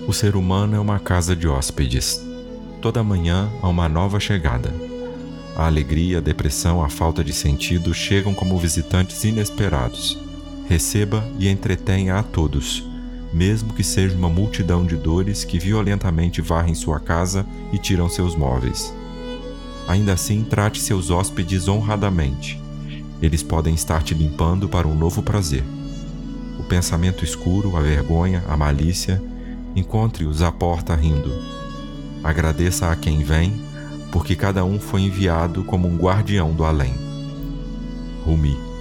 O ser humano é uma casa de hóspedes. Toda manhã há uma nova chegada. A alegria, a depressão, a falta de sentido chegam como visitantes inesperados. Receba e entretenha a todos, mesmo que seja uma multidão de dores que violentamente varrem sua casa e tiram seus móveis. Ainda assim, trate seus hóspedes honradamente. Eles podem estar te limpando para um novo prazer. O pensamento escuro, a vergonha, a malícia, encontre-os à porta rindo. Agradeça a quem vem, porque cada um foi enviado como um guardião do além. Rumi.